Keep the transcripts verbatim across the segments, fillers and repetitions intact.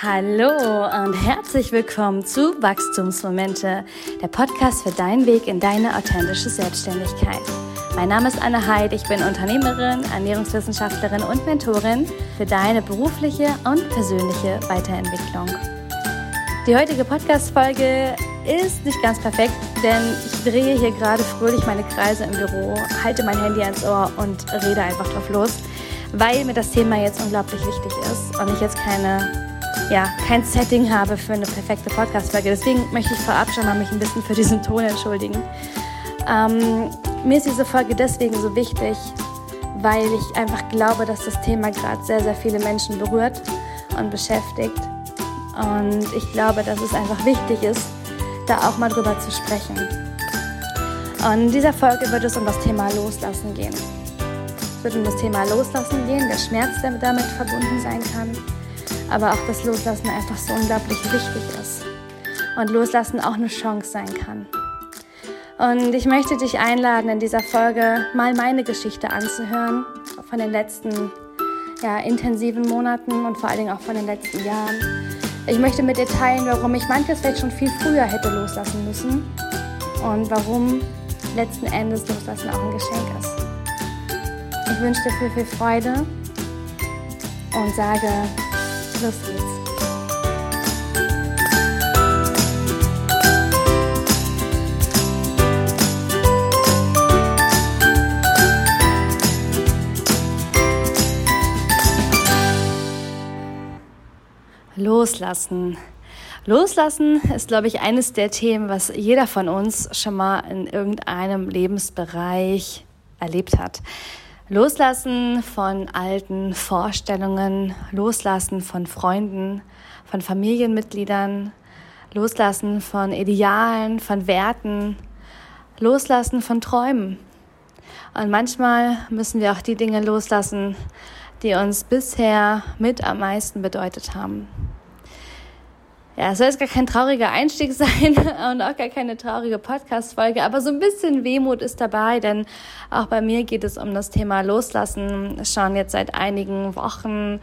Hallo und herzlich willkommen zu Wachstumsmomente, der Podcast für deinen Weg in deine authentische Selbstständigkeit. Mein Name ist Anne Heid, ich bin Unternehmerin, Ernährungswissenschaftlerin und Mentorin für deine berufliche und persönliche Weiterentwicklung. Die heutige Podcast-Folge ist nicht ganz perfekt, denn ich drehe hier gerade fröhlich meine Kreise im Büro, halte mein Handy ans Ohr und rede einfach drauf los, weil mir das Thema jetzt unglaublich wichtig ist und ich jetzt keine, ja, kein Setting habe für eine perfekte Podcast-Folge. Deswegen möchte ich vorab schon mal mich ein bisschen für diesen Ton entschuldigen. Ähm, mir ist diese Folge deswegen so wichtig, weil ich einfach glaube, dass das Thema gerade sehr, sehr viele Menschen berührt und beschäftigt. Und ich glaube, dass es einfach wichtig ist, da auch mal drüber zu sprechen. Und in dieser Folge wird es um das Thema Loslassen gehen. Es wird um das Thema Loslassen gehen, der Schmerz, der damit verbunden sein kann, aber auch das Loslassen einfach so unglaublich wichtig ist und Loslassen auch eine Chance sein kann. Und ich möchte dich einladen, in dieser Folge mal meine Geschichte anzuhören, von den letzten ja, intensiven Monaten und vor allen Dingen auch von den letzten Jahren. Ich möchte mit dir teilen, warum ich manches vielleicht schon viel früher hätte loslassen müssen und warum letzten Endes Loslassen auch ein Geschenk ist. Ich wünsche dir viel, viel Freude und sage, los geht's. Loslassen. Loslassen ist, glaube ich, eines der Themen, was jeder von uns schon mal in irgendeinem Lebensbereich erlebt hat. Loslassen von alten Vorstellungen, Loslassen von Freunden, von Familienmitgliedern, Loslassen von Idealen, von Werten, Loslassen von Träumen. Und manchmal müssen wir auch die Dinge loslassen, die uns bisher mit am meisten bedeutet haben. Ja, es soll jetzt gar kein trauriger Einstieg sein und auch gar keine traurige Podcast-Folge, aber so ein bisschen Wehmut ist dabei, denn auch bei mir geht es um das Thema Loslassen, schon jetzt seit einigen Wochen.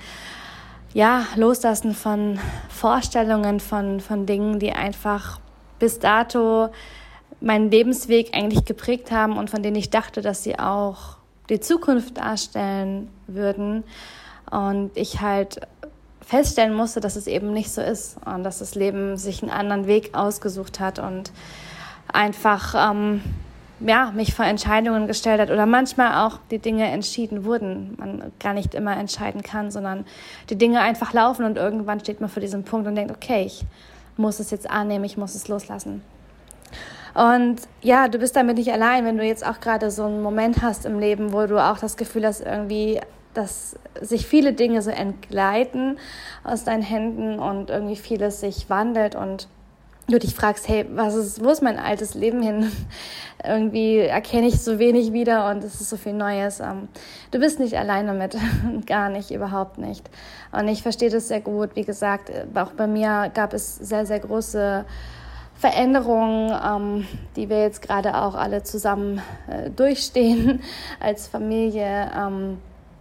Ja, Loslassen von Vorstellungen, von, von Dingen, die einfach bis dato meinen Lebensweg eigentlich geprägt haben und von denen ich dachte, dass sie auch die Zukunft darstellen würden. Und ich halt feststellen musste, dass es eben nicht so ist und dass das Leben sich einen anderen Weg ausgesucht hat und einfach ähm, ja, mich vor Entscheidungen gestellt hat oder manchmal auch die Dinge entschieden wurden. Man gar nicht immer entscheiden kann, sondern die Dinge einfach laufen und irgendwann steht man vor diesem Punkt und denkt, okay, ich muss es jetzt annehmen, ich muss es loslassen. Und ja, du bist damit nicht allein, wenn du jetzt auch gerade so einen Moment hast im Leben, wo du auch das Gefühl hast, irgendwie, dass sich viele Dinge so entgleiten aus deinen Händen und irgendwie vieles sich wandelt und du dich fragst, hey, was ist, wo ist mein altes Leben hin? Irgendwie erkenne ich so wenig wieder und es ist so viel Neues. Du bist nicht allein damit, gar nicht, überhaupt nicht. Und ich verstehe das sehr gut. Wie gesagt, auch bei mir gab es sehr, sehr große Veränderungen, ähm, die wir jetzt gerade auch alle zusammen äh, durchstehen als Familie. Ähm,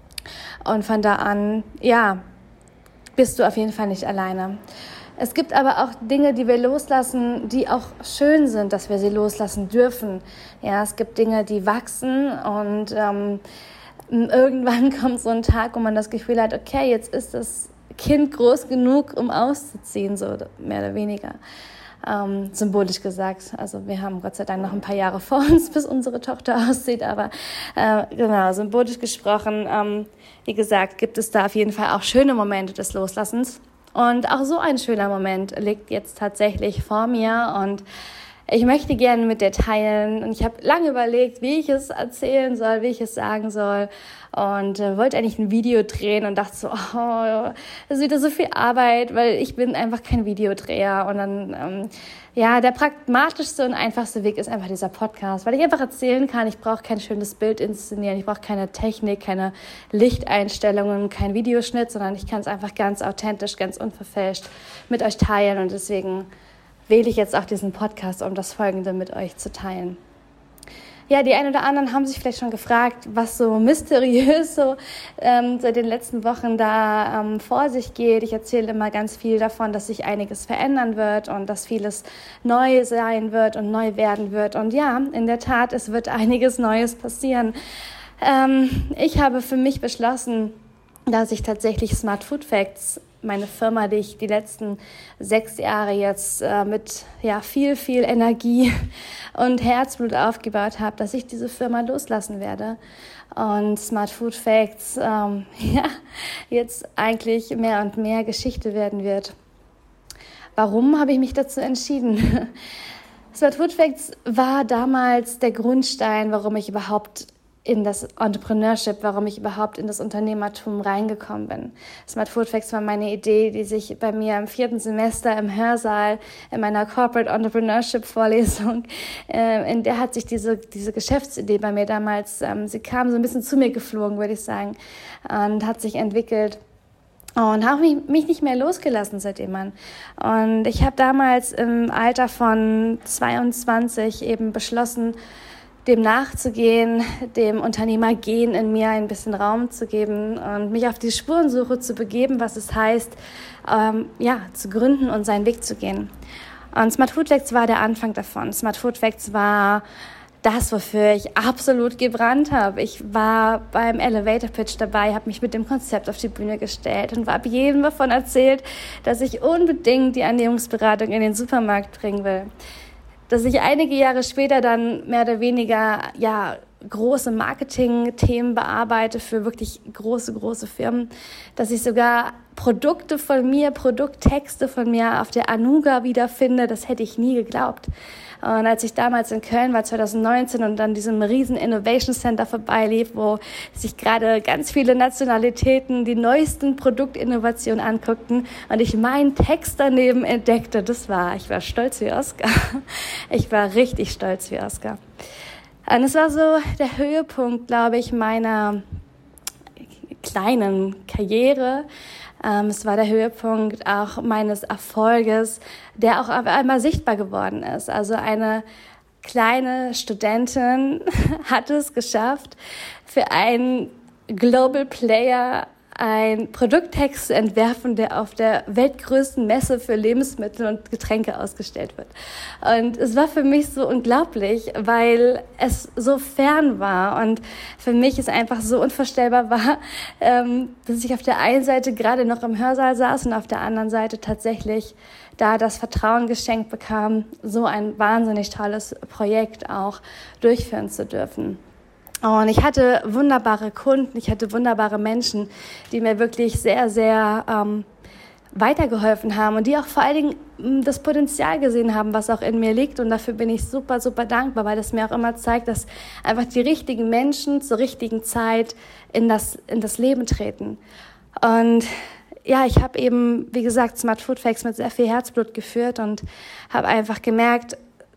und von da an, ja, bist du auf jeden Fall nicht alleine. Es gibt aber auch Dinge, die wir loslassen, die auch schön sind, dass wir sie loslassen dürfen. Ja, es gibt Dinge, die wachsen und ähm, irgendwann kommt so ein Tag, wo man das Gefühl hat, okay, jetzt ist das Kind groß genug, um auszuziehen, so mehr oder weniger. Ähm, symbolisch gesagt. Also wir haben Gott sei Dank noch ein paar Jahre vor uns, bis unsere Tochter aussieht, aber äh, genau, symbolisch gesprochen, ähm, wie gesagt, gibt es da auf jeden Fall auch schöne Momente des Loslassens. Und auch so ein schöner Moment liegt jetzt tatsächlich vor mir und ich möchte gerne mit dir teilen und ich habe lange überlegt, wie ich es erzählen soll, wie ich es sagen soll und äh, wollte eigentlich ein Video drehen und dachte so, oh, das ist wieder so viel Arbeit, weil ich bin einfach kein Videodreher und dann, ähm, ja, der pragmatischste und einfachste Weg ist einfach dieser Podcast, weil ich einfach erzählen kann, ich brauche kein schönes Bild inszenieren, ich brauche keine Technik, keine Lichteinstellungen, kein Videoschnitt, sondern ich kann es einfach ganz authentisch, ganz unverfälscht mit euch teilen und deswegen wähle ich jetzt auch diesen Podcast, um das Folgende mit euch zu teilen. ja, die einen oder anderen haben sich vielleicht schon gefragt, was so mysteriös so ähm, seit den letzten Wochen da ähm, vor sich geht. Ich erzähle immer ganz viel davon, dass sich einiges verändern wird und dass vieles neu sein wird und neu werden wird. Und ja, in der Tat, es wird einiges Neues passieren. Ähm, ich habe für mich beschlossen, dass ich tatsächlich Smart Food Facts, meine Firma, die ich die letzten sechs Jahre jetzt äh, mit ja, viel, viel Energie und Herzblut aufgebaut habe, dass ich diese Firma loslassen werde. Und Smart Food Facts ähm, ja, jetzt eigentlich mehr und mehr Geschichte werden wird. Warum habe ich mich dazu entschieden? Smart Food Facts war damals der Grundstein, warum ich überhaupt in das Entrepreneurship, warum ich überhaupt in das Unternehmertum reingekommen bin. Smart Food Facts war meine Idee, die sich bei mir im vierten Semester im Hörsaal in meiner Corporate Entrepreneurship Vorlesung, äh, in der hat sich diese diese Geschäftsidee bei mir damals, ähm, sie kam so ein bisschen zu mir geflogen, würde ich sagen, und hat sich entwickelt. Und habe mich, mich nicht mehr losgelassen seitdem an. Und ich habe damals im Alter von zweiundzwanzig eben beschlossen, dem nachzugehen, dem Unternehmergehen in mir ein bisschen Raum zu geben und mich auf die Spurensuche zu begeben, was es heißt, ähm, ja, zu gründen und seinen Weg zu gehen. Und Smart Food Facts war der Anfang davon. Smart Food Facts war das, wofür ich absolut gebrannt habe. Ich war beim Elevator Pitch dabei, habe mich mit dem Konzept auf die Bühne gestellt und habe jedem davon erzählt, dass ich unbedingt die Ernährungsberatung in den Supermarkt bringen will. Dass ich einige Jahre später dann mehr oder weniger ja große Marketing-Themen bearbeite für wirklich große, große Firmen, dass ich sogar Produkte von mir, Produkttexte von mir auf der Anuga wiederfinde, das hätte ich nie geglaubt. Und als ich damals in Köln war, zwanzig neunzehn, und dann diesem riesen Innovation Center vorbeilief, wo sich gerade ganz viele Nationalitäten die neuesten Produktinnovationen anguckten und ich meinen Text daneben entdeckte, das war, ich war stolz wie Oscar. Ich war richtig stolz wie Oscar. Und es war so der Höhepunkt, glaube ich, meiner kleinen Karriere. Ähm, es war der Höhepunkt auch meines Erfolges, der auch auf einmal sichtbar geworden ist. Also eine kleine Studentin hat es geschafft, für einen Global Player ein Produkttext zu entwerfen, der auf der weltgrößten Messe für Lebensmittel und Getränke ausgestellt wird. Und es war für mich so unglaublich, weil es so fern war und für mich es einfach so unvorstellbar war, dass ich auf der einen Seite gerade noch im Hörsaal saß und auf der anderen Seite tatsächlich da das Vertrauen geschenkt bekam, so ein wahnsinnig tolles Projekt auch durchführen zu dürfen. Und ich hatte wunderbare Kunden, ich hatte wunderbare Menschen, die mir wirklich sehr, sehr ähm, weitergeholfen haben und die auch vor allen Dingen mh, das Potenzial gesehen haben, was auch in mir liegt. Und dafür bin ich super, super dankbar, weil das mir auch immer zeigt, dass einfach die richtigen Menschen zur richtigen Zeit in das, in das Leben treten. Und ja, ich habe eben, wie gesagt, Smart Food Facts mit sehr viel Herzblut geführt und habe einfach gemerkt,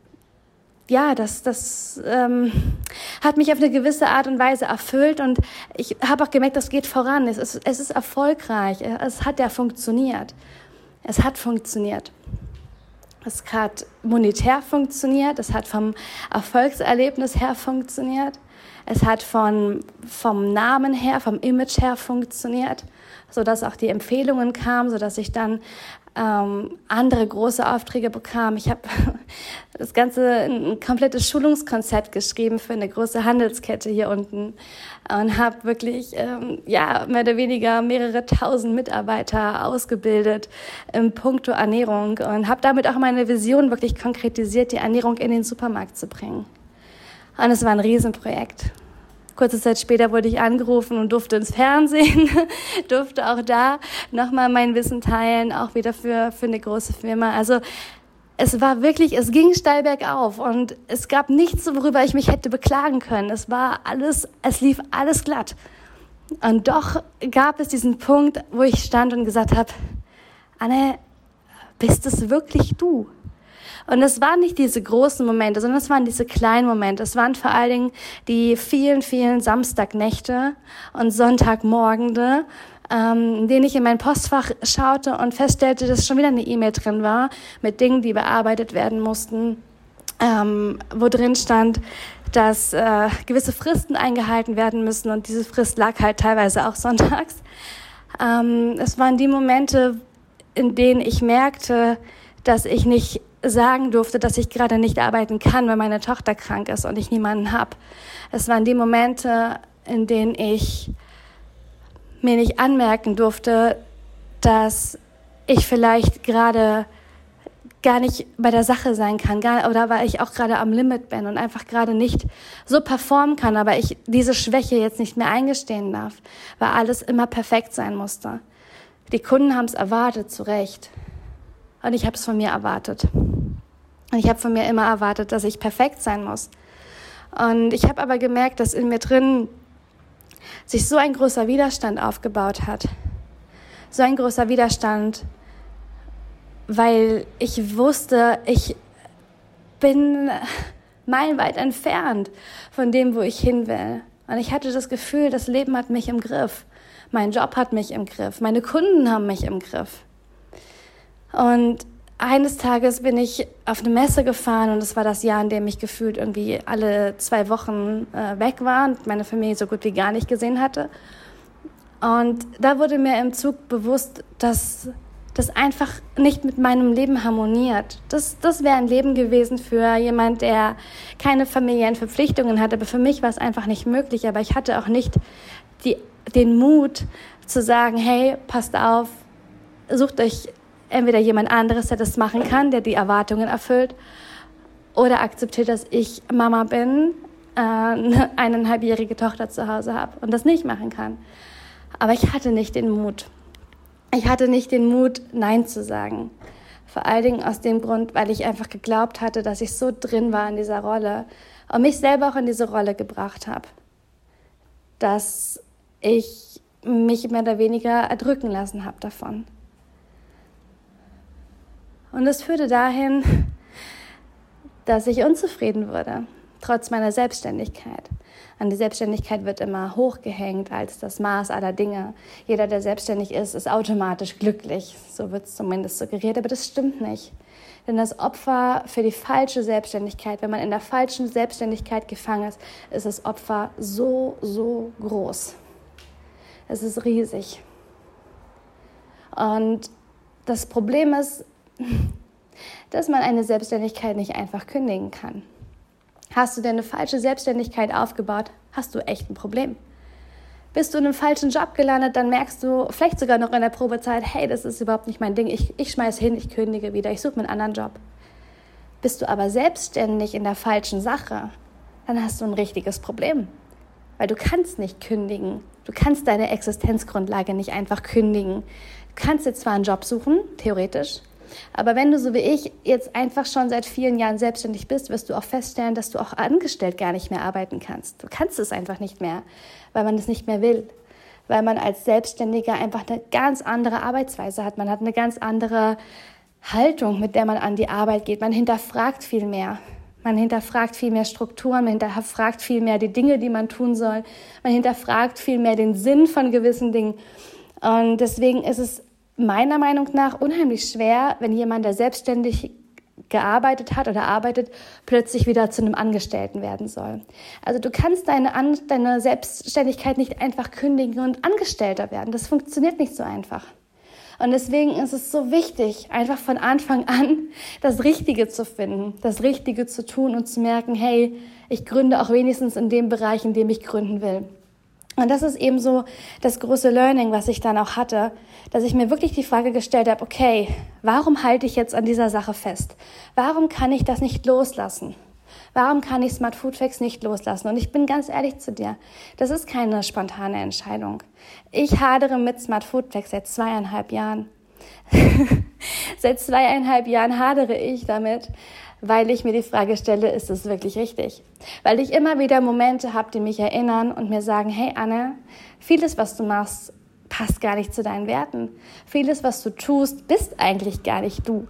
ja, das, das ähm, hat mich auf eine gewisse Art und Weise erfüllt und ich habe auch gemerkt, das geht voran. Es ist, es ist erfolgreich. Es hat ja funktioniert. Es hat funktioniert. Es hat monetär funktioniert. Es hat vom Erfolgserlebnis her funktioniert. Es hat von, vom Namen her, vom Image her funktioniert, sodass auch die Empfehlungen kamen, sodass ich dann ähm, andere große Aufträge bekam. Ich habe das Ganze, ein komplettes Schulungskonzept geschrieben für eine große Handelskette hier unten und habe wirklich ähm, ja mehr oder weniger mehrere tausend Mitarbeiter ausgebildet im Punkto Ernährung und habe damit auch meine Vision wirklich konkretisiert, die Ernährung in den Supermarkt zu bringen. Und es war ein Riesenprojekt. Kurze Zeit später wurde ich angerufen und durfte ins Fernsehen, durfte auch da nochmal mein Wissen teilen, auch wieder für, für eine große Firma. Also es war wirklich, es ging steil bergauf und es gab nichts, worüber ich mich hätte beklagen können. Es war alles, es lief alles glatt. Und doch gab es diesen Punkt, wo ich stand und gesagt habe, Anne, bist es wirklich du? Und es waren nicht diese großen Momente, sondern es waren diese kleinen Momente. Es waren vor allen Dingen die vielen, vielen Samstagnächte und Sonntagmorgende, ähm, in denen ich in mein Postfach schaute und feststellte, dass schon wieder eine E-Mail drin war mit Dingen, die bearbeitet werden mussten, ähm, wo drin stand, dass äh, gewisse Fristen eingehalten werden müssen und diese Frist lag halt teilweise auch sonntags. Ähm, es waren die Momente, in denen ich merkte, dass ich nicht sagen durfte, dass ich gerade nicht arbeiten kann, weil meine Tochter krank ist und ich niemanden habe. Es waren die Momente, in denen ich mir nicht anmerken durfte, dass ich vielleicht gerade gar nicht bei der Sache sein kann, gar, oder weil ich auch gerade am Limit bin und einfach gerade nicht so performen kann, aber ich diese Schwäche jetzt nicht mehr eingestehen darf, weil alles immer perfekt sein musste. Die Kunden haben es erwartet, zu Recht. Und ich habe es von mir erwartet. Und ich habe von mir immer erwartet, dass ich perfekt sein muss. Und ich habe aber gemerkt, dass in mir drin sich so ein großer Widerstand aufgebaut hat. So ein großer Widerstand, weil ich wusste, ich bin meilenweit entfernt von dem, wo ich hin will. Und ich hatte das Gefühl, das Leben hat mich im Griff. Mein Job hat mich im Griff. Meine Kunden haben mich im Griff. Und eines Tages bin ich auf eine Messe gefahren und es war das Jahr, in dem ich gefühlt irgendwie alle zwei Wochen äh, weg war und meine Familie so gut wie gar nicht gesehen hatte. Und da wurde mir im Zug bewusst, dass das einfach nicht mit meinem Leben harmoniert. Das, das wäre ein Leben gewesen für jemand, der keine familiären Verpflichtungen hat. Aber für mich war es einfach nicht möglich. Aber ich hatte auch nicht die, den Mut zu sagen, hey, passt auf, sucht euch entweder jemand anderes, der das machen kann, der die Erwartungen erfüllt, oder akzeptiert, dass ich Mama bin, äh, eine eineinhalbjährige Tochter zu Hause habe und das nicht machen kann. Aber ich hatte nicht den Mut. Ich hatte nicht den Mut, Nein zu sagen. Vor allen Dingen aus dem Grund, weil ich einfach geglaubt hatte, dass ich so drin war in dieser Rolle und mich selber auch in diese Rolle gebracht habe, dass ich mich mehr oder weniger erdrücken lassen habe davon. Und es führte dahin, dass ich unzufrieden wurde, trotz meiner Selbstständigkeit. Und die Selbstständigkeit wird immer hochgehängt als das Maß aller Dinge. Jeder, der selbstständig ist, ist automatisch glücklich. So wird es zumindest suggeriert, aber das stimmt nicht. Denn das Opfer für die falsche Selbstständigkeit, wenn man in der falschen Selbstständigkeit gefangen ist, ist das Opfer so, so groß. Es ist riesig. Und das Problem ist, dass man eine Selbstständigkeit nicht einfach kündigen kann. Hast du dir eine falsche Selbstständigkeit aufgebaut, hast du echt ein Problem. Bist du in einem falschen Job gelandet, dann merkst du vielleicht sogar noch in der Probezeit, hey, das ist überhaupt nicht mein Ding, ich, ich schmeiß hin, ich kündige wieder, ich suche mir einen anderen Job. Bist du aber selbstständig in der falschen Sache, dann hast du ein richtiges Problem. Weil du kannst nicht kündigen, du kannst deine Existenzgrundlage nicht einfach kündigen. Du kannst dir zwar einen Job suchen, theoretisch, aber wenn du so wie ich jetzt einfach schon seit vielen Jahren selbstständig bist, wirst du auch feststellen, dass du auch angestellt gar nicht mehr arbeiten kannst. Du kannst es einfach nicht mehr, weil man es nicht mehr will. Weil man als Selbstständiger einfach eine ganz andere Arbeitsweise hat. Man hat eine ganz andere Haltung, mit der man an die Arbeit geht. Man hinterfragt viel mehr. Man hinterfragt viel mehr Strukturen, man hinterfragt viel mehr die Dinge, die man tun soll. Man hinterfragt viel mehr den Sinn von gewissen Dingen. Und deswegen ist es meiner Meinung nach unheimlich schwer, wenn jemand, der selbstständig gearbeitet hat oder arbeitet, plötzlich wieder zu einem Angestellten werden soll. Also du kannst deine, An- deine Selbstständigkeit nicht einfach kündigen und Angestellter werden. Das funktioniert nicht so einfach. Und deswegen ist es so wichtig, einfach von Anfang an das Richtige zu finden, das Richtige zu tun und zu merken, hey, ich gründe auch wenigstens in dem Bereich, in dem ich gründen will. Und das ist eben so das große Learning, was ich dann auch hatte, dass ich mir wirklich die Frage gestellt habe, okay, warum halte ich jetzt an dieser Sache fest? Warum kann ich das nicht loslassen? Warum kann ich Smart Food Facts nicht loslassen? Und ich bin ganz ehrlich zu dir, das ist keine spontane Entscheidung. Ich hadere mit Smart Food Facts seit zweieinhalb Jahren. Seit zweieinhalb Jahren hadere ich damit, weil ich mir die Frage stelle, ist es wirklich richtig? Weil ich immer wieder Momente habe, die mich erinnern und mir sagen, hey Anne, vieles, was du machst, passt gar nicht zu deinen Werten. Vieles, was du tust, bist eigentlich gar nicht du.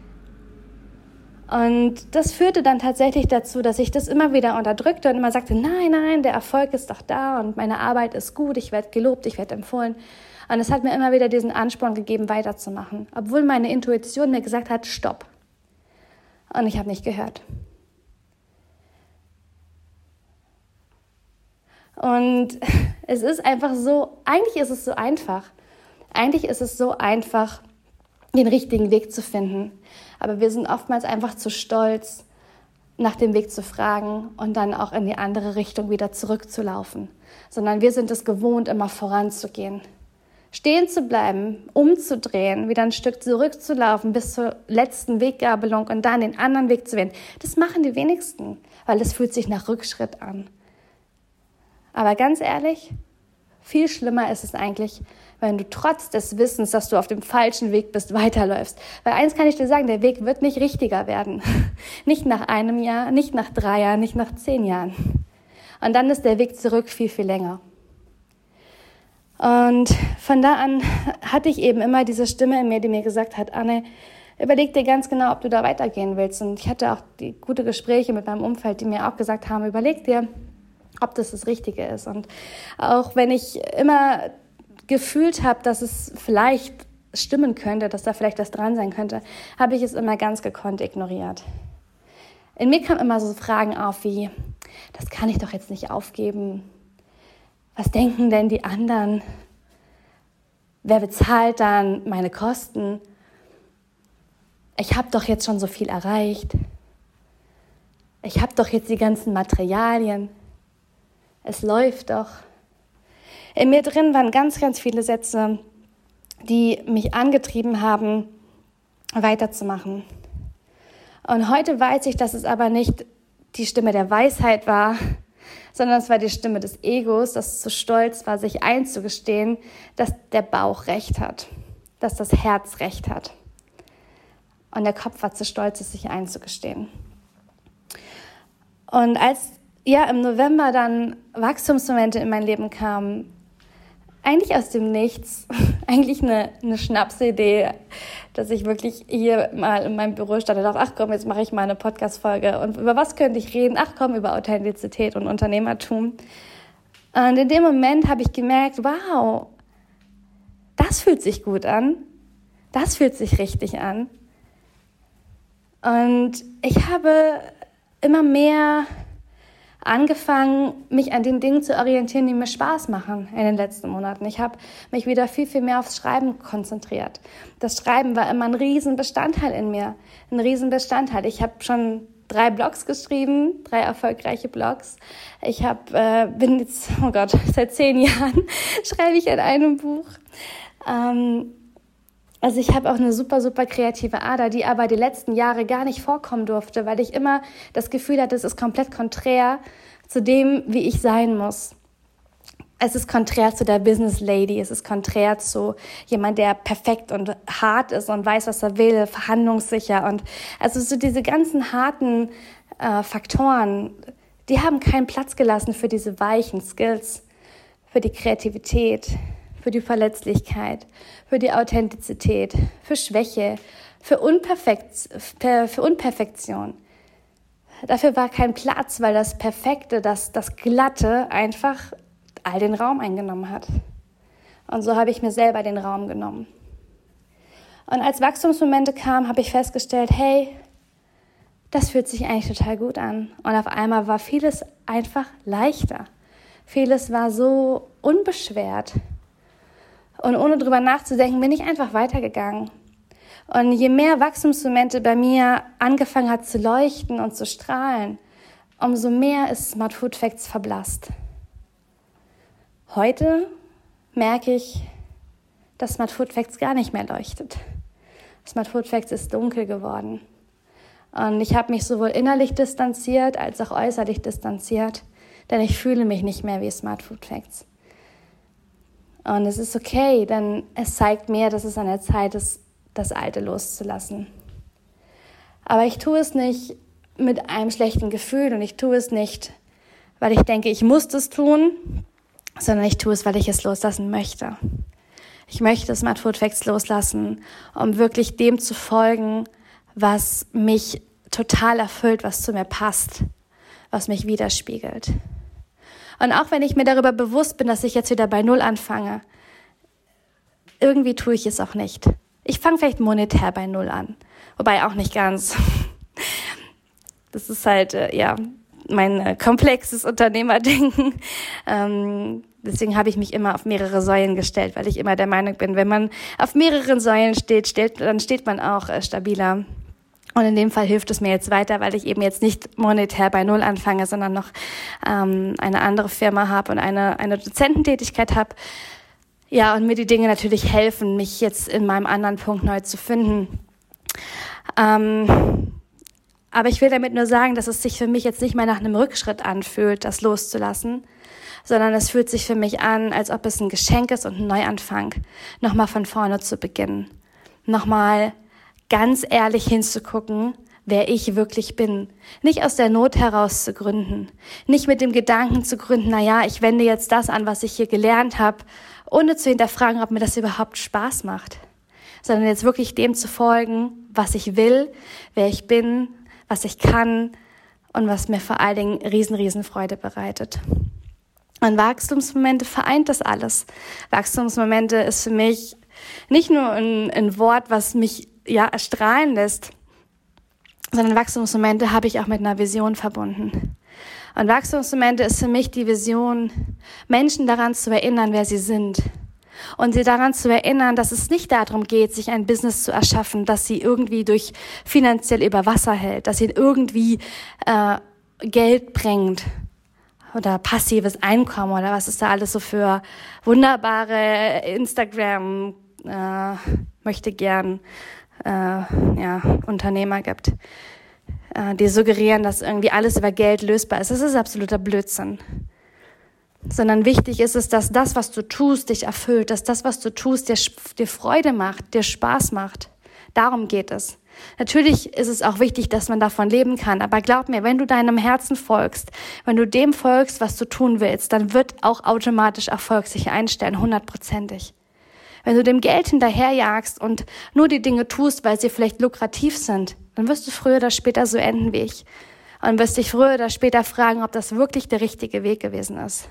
Und das führte dann tatsächlich dazu, dass ich das immer wieder unterdrückte und immer sagte, nein, nein, der Erfolg ist doch da und meine Arbeit ist gut, ich werde gelobt, ich werde empfohlen. Und es hat mir immer wieder diesen Ansporn gegeben, weiterzumachen, obwohl meine Intuition mir gesagt hat, stopp. Und ich habe nicht gehört. Und es ist einfach so, eigentlich ist es so einfach. Eigentlich ist es so einfach, den richtigen Weg zu finden. Aber wir sind oftmals einfach zu stolz, nach dem Weg zu fragen und dann auch in die andere Richtung wieder zurückzulaufen. Sondern wir sind es gewohnt, immer voranzugehen. Stehen zu bleiben, umzudrehen, wieder ein Stück zurückzulaufen bis zur letzten Weggabelung und dann den anderen Weg zu wählen. Das machen die wenigsten, weil es fühlt sich nach Rückschritt an. Aber ganz ehrlich, viel schlimmer ist es eigentlich, wenn du trotz des Wissens, dass du auf dem falschen Weg bist, weiterläufst. Weil eins kann ich dir sagen, der Weg wird nicht richtiger werden. Nicht nach einem Jahr, nicht nach drei Jahren, nicht nach zehn Jahren. Und dann ist der Weg zurück viel, viel länger. Und von da an hatte ich eben immer diese Stimme in mir, die mir gesagt hat, Anne, überleg dir ganz genau, ob du da weitergehen willst. Und ich hatte auch die gute Gespräche mit meinem Umfeld, die mir auch gesagt haben, überleg dir, ob das das Richtige ist. Und auch wenn ich immer gefühlt habe, dass es vielleicht stimmen könnte, dass da vielleicht was dran sein könnte, habe ich es immer ganz gekonnt ignoriert. In mir kamen immer so Fragen auf wie, das kann ich doch jetzt nicht aufgeben. Was denken denn die anderen? Wer bezahlt dann meine Kosten? Ich habe doch jetzt schon so viel erreicht. Ich habe doch jetzt die ganzen Materialien. Es läuft doch. In mir drin waren ganz, ganz viele Sätze, die mich angetrieben haben, weiterzumachen. Und heute weiß ich, dass es aber nicht die Stimme der Weisheit war, sondern es war die Stimme des Egos, das zu stolz war, sich einzugestehen, dass der Bauch recht hat, dass das Herz recht hat. Und der Kopf war zu stolz, es sich einzugestehen. Und als ja im November dann Wachstumsmomente in mein Leben kamen, eigentlich aus dem Nichts, eigentlich eine, eine Schnapsidee, dass ich wirklich hier mal in meinem Büro stand und dachte, ach komm, jetzt mache ich mal eine Podcast-Folge. Und über was könnte ich reden? Ach komm, über Authentizität und Unternehmertum. Und in dem Moment habe ich gemerkt, wow, das fühlt sich gut an. Das fühlt sich richtig an. Und ich habe immer mehr angefangen, mich an den Dingen zu orientieren, die mir Spaß machen in den letzten Monaten. Ich habe mich wieder viel, viel mehr aufs Schreiben konzentriert. Das Schreiben war immer ein Riesenbestandteil in mir, ein Riesenbestandteil. Ich habe schon drei Blogs geschrieben, drei erfolgreiche Blogs. Ich hab, äh, bin jetzt, oh Gott, seit zehn Jahren schreibe ich an einem Buch. Ähm, Also ich habe auch eine super, super kreative Ader, die aber die letzten Jahre gar nicht vorkommen durfte, weil ich immer das Gefühl hatte, es ist komplett konträr zu dem, wie ich sein muss. Es ist konträr zu der Business Lady, es ist konträr zu jemand, der perfekt und hart ist und weiß, was er will, verhandlungssicher. Und also so diese ganzen harten äh, Faktoren, die haben keinen Platz gelassen für diese weichen Skills, für die Kreativität, für die Verletzlichkeit, für die Authentizität, für Schwäche, für, Unperfekt, für Unperfektion. Dafür war kein Platz, weil das Perfekte, das, das Glatte einfach all den Raum eingenommen hat. Und so habe ich mir selber den Raum genommen. Und als Wachstumsmomente kamen, habe ich festgestellt, hey, das fühlt sich eigentlich total gut an. Und auf einmal war vieles einfach leichter. Vieles war so unbeschwert. Und ohne drüber nachzudenken, bin ich einfach weitergegangen. Und je mehr Wachstumsmomente bei mir angefangen hat zu leuchten und zu strahlen, umso mehr ist Smart Food Facts verblasst. Heute merke ich, dass Smart Food Facts gar nicht mehr leuchtet. Smart Food Facts ist dunkel geworden. Und ich habe mich sowohl innerlich distanziert als auch äußerlich distanziert, denn ich fühle mich nicht mehr wie Smart Food Facts. Und es ist okay, denn es zeigt mir, dass es an der Zeit ist, das Alte loszulassen. Aber ich tue es nicht mit einem schlechten Gefühl und ich tue es nicht, weil ich denke, ich muss das tun, sondern ich tue es, weil ich es loslassen möchte. Ich möchte Smart Food Facts loslassen, um wirklich dem zu folgen, was mich total erfüllt, was zu mir passt, was mich widerspiegelt. Und auch wenn ich mir darüber bewusst bin, dass ich jetzt wieder bei Null anfange, irgendwie tue ich es auch nicht. Ich fange vielleicht monetär bei Null an, wobei auch nicht ganz. Das ist halt, äh, ja, mein komplexes Unternehmerdenken. Ähm, deswegen habe ich mich immer auf mehrere Säulen gestellt, weil ich immer der Meinung bin, wenn man auf mehreren Säulen steht, steht dann steht man auch äh, stabiler. Und in dem Fall hilft es mir jetzt weiter, weil ich eben jetzt nicht monetär bei Null anfange, sondern noch ähm, eine andere Firma habe und eine, eine Dozententätigkeit habe. Ja, und mir die Dinge natürlich helfen, mich jetzt in meinem anderen Punkt neu zu finden. Ähm, aber ich will damit nur sagen, dass es sich für mich jetzt nicht mehr nach einem Rückschritt anfühlt, das loszulassen, sondern es fühlt sich für mich an, als ob es ein Geschenk ist und ein Neuanfang, nochmal von vorne zu beginnen. Nochmal ganz ehrlich hinzugucken, wer ich wirklich bin. Nicht aus der Not heraus zu gründen. Nicht mit dem Gedanken zu gründen, na ja, ich wende jetzt das an, was ich hier gelernt habe, ohne zu hinterfragen, ob mir das überhaupt Spaß macht. Sondern jetzt wirklich dem zu folgen, was ich will, wer ich bin, was ich kann und was mir vor allen Dingen riesen, riesen Freude bereitet. Und Wachstumsmomente vereint das alles. Wachstumsmomente ist für mich nicht nur ein, ein Wort, was mich ja erstrahlen lässt, sondern Wachstumsmomente habe ich auch mit einer Vision verbunden. Und Wachstumsmomente ist für mich die Vision, Menschen daran zu erinnern, wer sie sind. Und sie daran zu erinnern, dass es nicht darum geht, sich ein Business zu erschaffen, das sie irgendwie durch finanziell über Wasser hält, dass ihnen irgendwie äh, Geld bringt oder passives Einkommen oder was es da alles so für wunderbare Instagram äh, möchte gern äh, ja, Unternehmer gibt, äh, die suggerieren, dass irgendwie alles über Geld lösbar ist. Das ist absoluter Blödsinn. Sondern wichtig ist es, dass das, was du tust, dich erfüllt, dass das, was du tust, dir, dir Freude macht, dir Spaß macht. Darum geht es. Natürlich ist es auch wichtig, dass man davon leben kann, aber glaub mir, wenn du deinem Herzen folgst, wenn du dem folgst, was du tun willst, dann wird auch automatisch Erfolg sich einstellen, hundertprozentig. Wenn du dem Geld hinterherjagst und nur die Dinge tust, weil sie vielleicht lukrativ sind, dann wirst du früher oder später so enden wie ich. Und wirst dich früher oder später fragen, ob das wirklich der richtige Weg gewesen ist.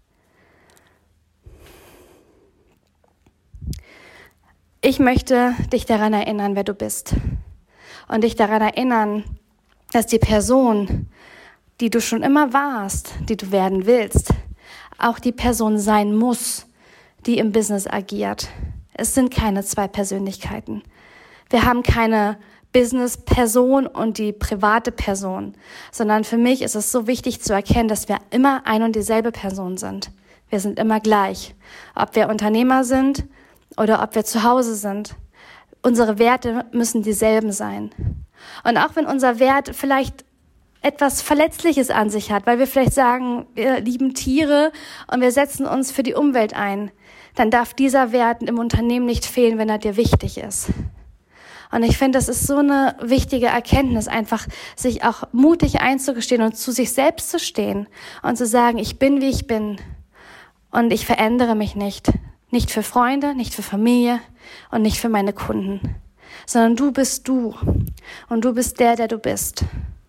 Ich möchte dich daran erinnern, wer du bist. Und dich daran erinnern, dass die Person, die du schon immer warst, die du werden willst, auch die Person sein muss, die im Business agiert. Es sind keine zwei Persönlichkeiten. Wir haben keine Business-Person und die private Person, sondern für mich ist es so wichtig zu erkennen, dass wir immer ein und dieselbe Person sind. Wir sind immer gleich. Ob wir Unternehmer sind oder ob wir zu Hause sind. Unsere Werte müssen dieselben sein. Und auch wenn unser Wert vielleicht etwas Verletzliches an sich hat, weil wir vielleicht sagen, wir lieben Tiere und wir setzen uns für die Umwelt ein, dann darf dieser Wert im Unternehmen nicht fehlen, wenn er dir wichtig ist. Und ich finde, das ist so eine wichtige Erkenntnis, einfach sich auch mutig einzugestehen und zu sich selbst zu stehen und zu sagen, ich bin, wie ich bin und ich verändere mich nicht. Nicht für Freunde, nicht für Familie und nicht für meine Kunden, sondern du bist du und du bist der, der du bist.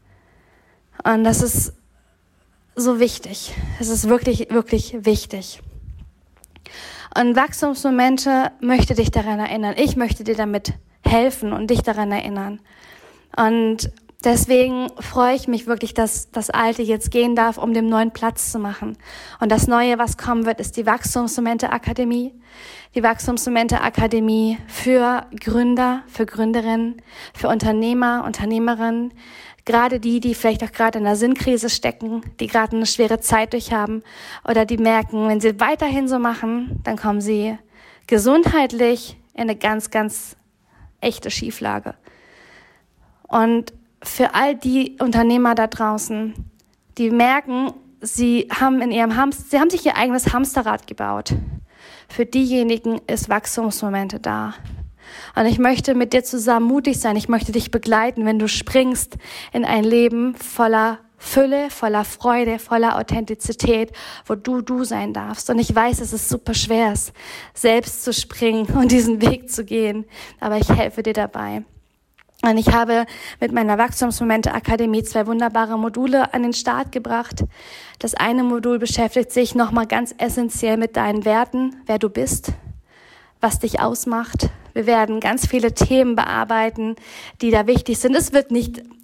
Und das ist so wichtig. Es ist wirklich, wirklich wichtig. Und Wachstumsmomente möchte dich daran erinnern. Ich möchte dir damit helfen und dich daran erinnern. Und deswegen freue ich mich wirklich, dass das Alte jetzt gehen darf, um dem Neuen Platz zu machen. Und das Neue, was kommen wird, ist die Wachstumsmomente Akademie. Die Wachstumsmomente Akademie für Gründer, für Gründerinnen, für Unternehmer, Unternehmerinnen. Gerade die, die vielleicht auch gerade in einer Sinnkrise stecken, die gerade eine schwere Zeit durchhaben oder die merken, wenn sie weiterhin so machen, dann kommen sie gesundheitlich in eine ganz, ganz echte Schieflage. Und für all die Unternehmer da draußen, die merken, sie haben in ihrem Hamster, sie haben sich ihr eigenes Hamsterrad gebaut. Für diejenigen ist Wachstumsmomente da. Und ich möchte mit dir zusammen mutig sein. Ich möchte dich begleiten, wenn du springst in ein Leben voller Fülle, voller Freude, voller Authentizität, wo du du sein darfst. Und ich weiß, dass es super schwer ist, selbst zu springen und diesen Weg zu gehen. Aber ich helfe dir dabei. Und ich habe mit meiner Wachstumsmomente Akademie zwei wunderbare Module an den Start gebracht. Das eine Modul beschäftigt sich nochmal ganz essentiell mit deinen Werten, wer du bist, was dich ausmacht. Wir werden ganz viele Themen bearbeiten, die da wichtig sind. Es wird nicht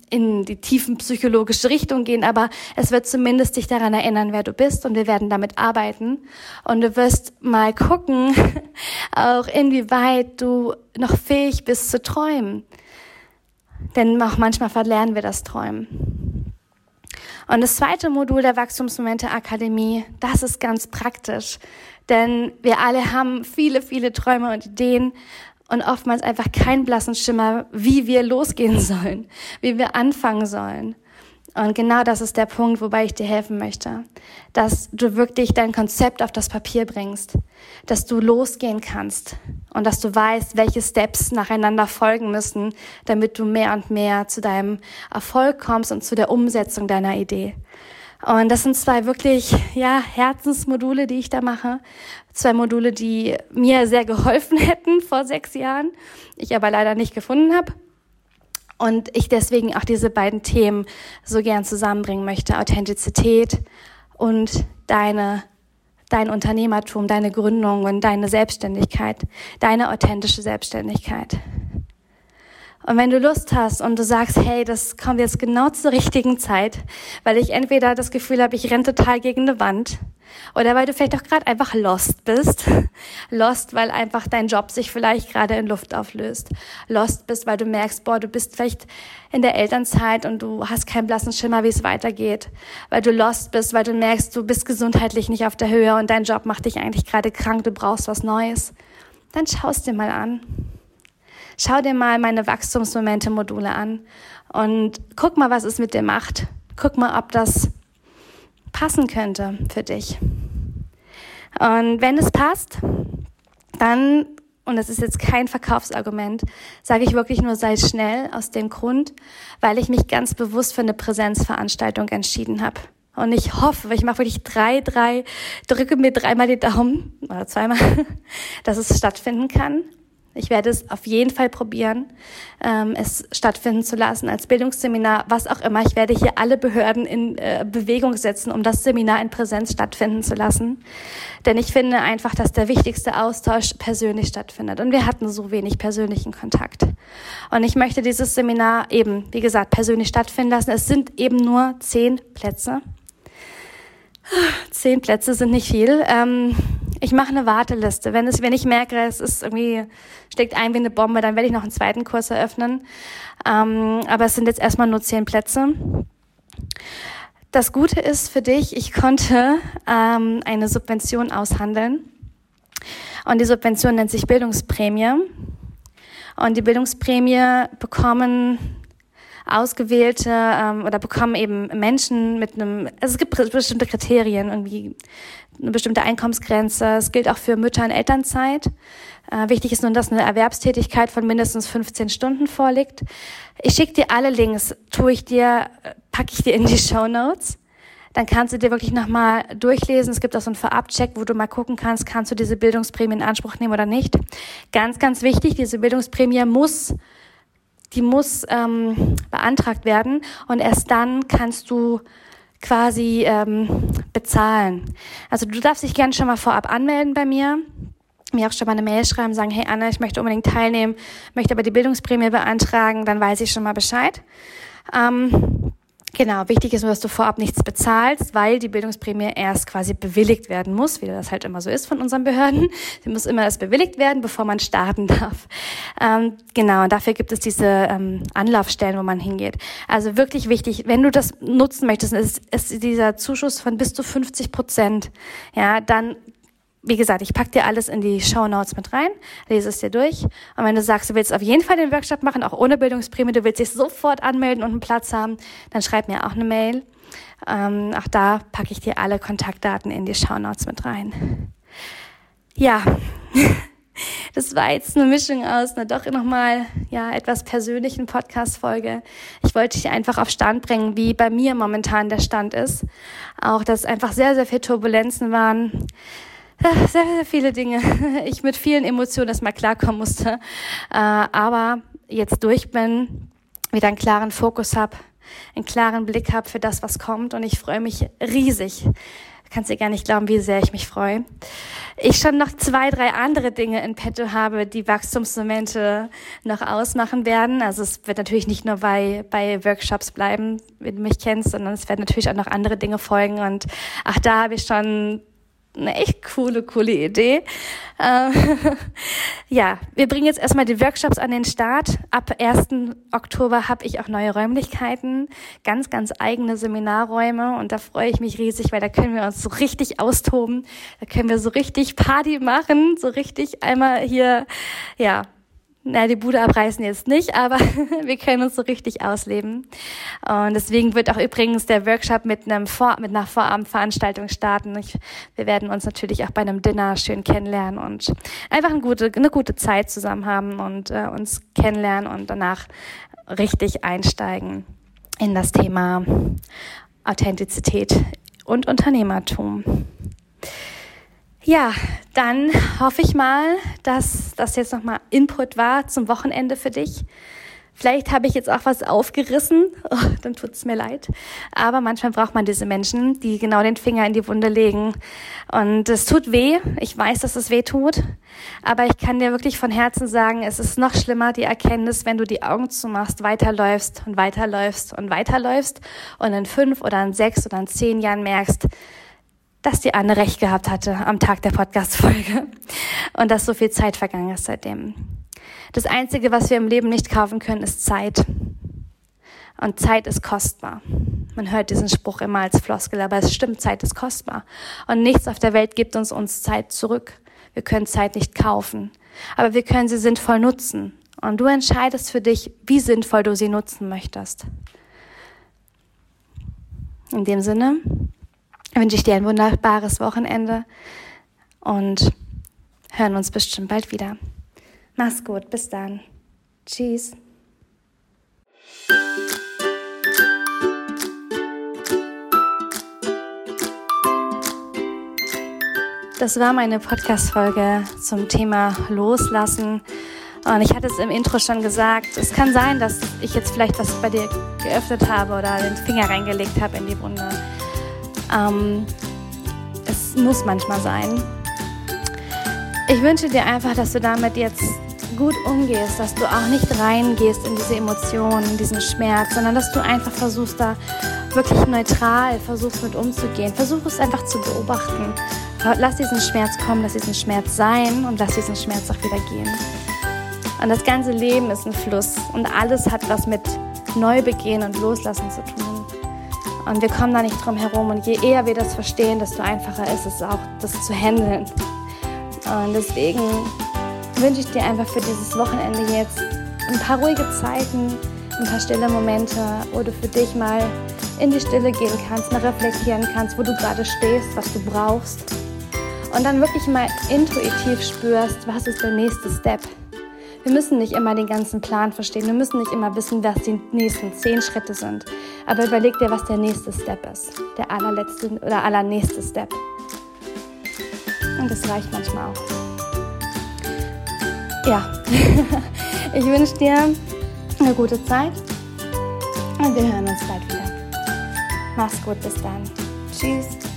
in die tiefen psychologische Richtung gehen, aber es wird zumindest dich daran erinnern, wer du bist, und wir werden damit arbeiten. Und du wirst mal gucken, auch inwieweit du noch fähig bist zu träumen. Denn auch manchmal verlernen wir das Träumen. Und das zweite Modul der Wachstumsmomente Akademie, das ist ganz praktisch. Denn wir alle haben viele, viele Träume und Ideen und oftmals einfach keinen blassen Schimmer, wie wir losgehen sollen, wie wir anfangen sollen. Und genau das ist der Punkt, wobei ich dir helfen möchte, dass du wirklich dein Konzept auf das Papier bringst, dass du losgehen kannst und dass du weißt, welche Steps nacheinander folgen müssen, damit du mehr und mehr zu deinem Erfolg kommst und zu der Umsetzung deiner Idee. Und das sind zwei wirklich, ja, Herzensmodule, die ich da mache. Zwei Module, die mir sehr geholfen hätten vor sechs Jahren, ich aber leider nicht gefunden habe. Und ich deswegen auch diese beiden Themen so gern zusammenbringen möchte. Authentizität und deine, dein Unternehmertum, deine Gründung und deine Selbstständigkeit, deine authentische Selbstständigkeit. Und wenn du Lust hast und du sagst, hey, das kommt jetzt genau zur richtigen Zeit, weil ich entweder das Gefühl habe, ich renne total gegen eine Wand, oder weil du vielleicht auch gerade einfach lost bist. Lost, weil einfach dein Job sich vielleicht gerade in Luft auflöst. Lost bist, weil du merkst, boah, du bist vielleicht in der Elternzeit und du hast keinen blassen Schimmer, wie es weitergeht. Weil du lost bist, weil du merkst, du bist gesundheitlich nicht auf der Höhe und dein Job macht dich eigentlich gerade krank, du brauchst was Neues. Dann schau es dir mal an. Schau dir mal meine Wachstumsmomente-Module an und guck mal, was es mit dir macht. Guck mal, ob das passen könnte für dich. Und wenn es passt, dann, und das ist jetzt kein Verkaufsargument, sage ich wirklich nur, sei schnell aus dem Grund, weil ich mich ganz bewusst für eine Präsenzveranstaltung entschieden habe. Und ich hoffe, ich mache wirklich drei, drei, drücke mir dreimal die Daumen, oder zweimal, dass es stattfinden kann. Ich werde es auf jeden Fall probieren, ähm, es stattfinden zu lassen als Bildungsseminar, was auch immer. Ich werde hier alle Behörden in äh, Bewegung setzen, um das Seminar in Präsenz stattfinden zu lassen. Denn ich finde einfach, dass der wichtigste Austausch persönlich stattfindet. Und wir hatten so wenig persönlichen Kontakt. Und ich möchte dieses Seminar eben, wie gesagt, persönlich stattfinden lassen. Es sind eben nur zehn Plätze. Zehn Plätze sind nicht viel. Ähm, ich mache eine Warteliste. Wenn es, wenn ich merke, es ist irgendwie, steckt ein wie eine Bombe, dann werde ich noch einen zweiten Kurs eröffnen. Ähm, aber es sind jetzt erstmal nur zehn Plätze. Das Gute ist für dich, ich konnte ähm, eine Subvention aushandeln. Und die Subvention nennt sich Bildungsprämie. Und die Bildungsprämie bekommen ausgewählte ähm, oder bekommen eben Menschen mit einem, also es gibt bestimmte Kriterien, irgendwie eine bestimmte Einkommensgrenze. Es gilt auch für Mütter in Elternzeit. Äh, wichtig ist nun, dass eine Erwerbstätigkeit von mindestens fünfzehn Stunden vorliegt. Ich schicke dir alle Links, tue ich dir, packe ich dir in die Shownotes. Dann kannst du dir wirklich nochmal durchlesen. Es gibt auch so einen Vorabcheck, wo du mal gucken kannst, kannst du diese Bildungsprämie in Anspruch nehmen oder nicht. Ganz, ganz wichtig, diese Bildungsprämie muss Die muss ähm, beantragt werden und erst dann kannst du quasi ähm, bezahlen. Also du darfst dich gerne schon mal vorab anmelden bei mir, mir auch schon mal eine Mail schreiben, sagen, hey Anna, ich möchte unbedingt teilnehmen, möchte aber die Bildungsprämie beantragen, dann weiß ich schon mal Bescheid. Ähm, Genau, wichtig ist nur, dass du vorab nichts bezahlst, weil die Bildungsprämie erst quasi bewilligt werden muss, wie das halt immer so ist von unseren Behörden. Sie muss immer erst bewilligt werden, bevor man starten darf. Ähm, genau, und dafür gibt es diese ähm, Anlaufstellen, wo man hingeht. Also wirklich wichtig, wenn du das nutzen möchtest, ist, ist dieser Zuschuss von bis zu fünfzig Prozent. Ja, dann, wie gesagt, ich pack dir alles in die Shownotes mit rein, lese es dir durch. Und wenn du sagst, du willst auf jeden Fall den Workshop machen, auch ohne Bildungsprämie, du willst dich sofort anmelden und einen Platz haben, dann schreib mir auch eine Mail. Ähm, auch da packe ich dir alle Kontaktdaten in die Shownotes mit rein. Ja, das war jetzt eine Mischung aus einer doch nochmal ja, etwas persönlichen Podcast-Folge. Ich wollte dich einfach auf Stand bringen, wie bei mir momentan der Stand ist. Auch, dass einfach sehr, sehr viele Turbulenzen waren. Sehr, sehr viele Dinge. Ich mit vielen Emotionen erstmal klarkommen musste. Äh, aber jetzt durch bin, wieder einen klaren Fokus habe, einen klaren Blick habe für das, was kommt. Und ich freue mich riesig. Du kannst dir gar nicht glauben, wie sehr ich mich freue. ich schon noch zwei, drei andere Dinge in petto habe, die Wachstumsmomente noch ausmachen werden. Also es wird natürlich nicht nur bei, bei Workshops bleiben, wenn du mich kennst, sondern es werden natürlich auch noch andere Dinge folgen. Und ach, da habe ich schon eine echt coole, coole Idee. Ähm, ja, wir bringen jetzt erstmal die Workshops an den Start. Ab ersten Oktober habe ich auch neue Räumlichkeiten, ganz, ganz eigene Seminarräume und da freue ich mich riesig, weil da können wir uns so richtig austoben. Da können wir so richtig Party machen, so richtig einmal hier, ja, na, die Bude abreißen jetzt nicht, aber wir können uns so richtig ausleben. Und deswegen wird auch übrigens der Workshop mit einem Vor- mit einer Vorabendveranstaltung starten. Ich, wir werden uns natürlich auch bei einem Dinner schön kennenlernen und einfach eine gute, eine gute Zeit zusammen haben und äh, uns kennenlernen und danach richtig einsteigen in das Thema Authentizität und Unternehmertum. Ja, dann hoffe ich mal, dass das jetzt nochmal Input war zum Wochenende für dich. Vielleicht habe ich jetzt auch was aufgerissen, oh, dann tut's mir leid. Aber manchmal braucht man diese Menschen, die genau den Finger in die Wunde legen. Und es tut weh, ich weiß, dass es weh tut. Aber ich kann dir wirklich von Herzen sagen, es ist noch schlimmer, die Erkenntnis, wenn du die Augen zumachst, weiterläufst und weiterläufst und weiterläufst und in fünf oder in sechs oder in zehn Jahren merkst, dass die Anne recht gehabt hatte am Tag der Podcast-Folge und dass so viel Zeit vergangen ist seitdem. Das Einzige, was wir im Leben nicht kaufen können, ist Zeit. Und Zeit ist kostbar. Man hört diesen Spruch immer als Floskel, aber es stimmt, Zeit ist kostbar. Und nichts auf der Welt gibt uns uns Zeit zurück. Wir können Zeit nicht kaufen, aber wir können sie sinnvoll nutzen. Und du entscheidest für dich, wie sinnvoll du sie nutzen möchtest. In dem Sinne wünsche ich dir ein wunderbares Wochenende und hören uns bestimmt bald wieder. Mach's gut, bis dann. Tschüss. Das war meine Podcast-Folge zum Thema Loslassen. Und ich hatte es im Intro schon gesagt, es kann sein, dass ich jetzt vielleicht was bei dir geöffnet habe oder den Finger reingelegt habe in die Wunde. Ähm, es muss manchmal sein. Ich wünsche dir einfach, dass du damit jetzt gut umgehst, dass du auch nicht reingehst in diese Emotionen, in diesen Schmerz, sondern dass du einfach versuchst, da wirklich neutral versuchst mit umzugehen. Versuch es einfach zu beobachten. Lass diesen Schmerz kommen, lass diesen Schmerz sein und lass diesen Schmerz auch wieder gehen. Und das ganze Leben ist ein Fluss und alles hat was mit Neubeginn und Loslassen zu tun. Und wir kommen da nicht drum herum. Und je eher wir das verstehen, desto einfacher ist es auch, das zu handeln. Und deswegen wünsche ich dir einfach für dieses Wochenende jetzt ein paar ruhige Zeiten, ein paar stille Momente, wo du für dich mal in die Stille gehen kannst, mal reflektieren kannst, wo du gerade stehst, was du brauchst. Und dann wirklich mal intuitiv spürst, was ist der nächste Step. Wir müssen nicht immer den ganzen Plan verstehen, wir müssen nicht immer wissen, was die nächsten zehn Schritte sind. Aber überleg dir, was der nächste Step ist, der allerletzte oder allernächste Step. Und das reicht manchmal auch. Ja, ich wünsche dir eine gute Zeit und wir hören uns bald wieder. Mach's gut, bis dann. Tschüss.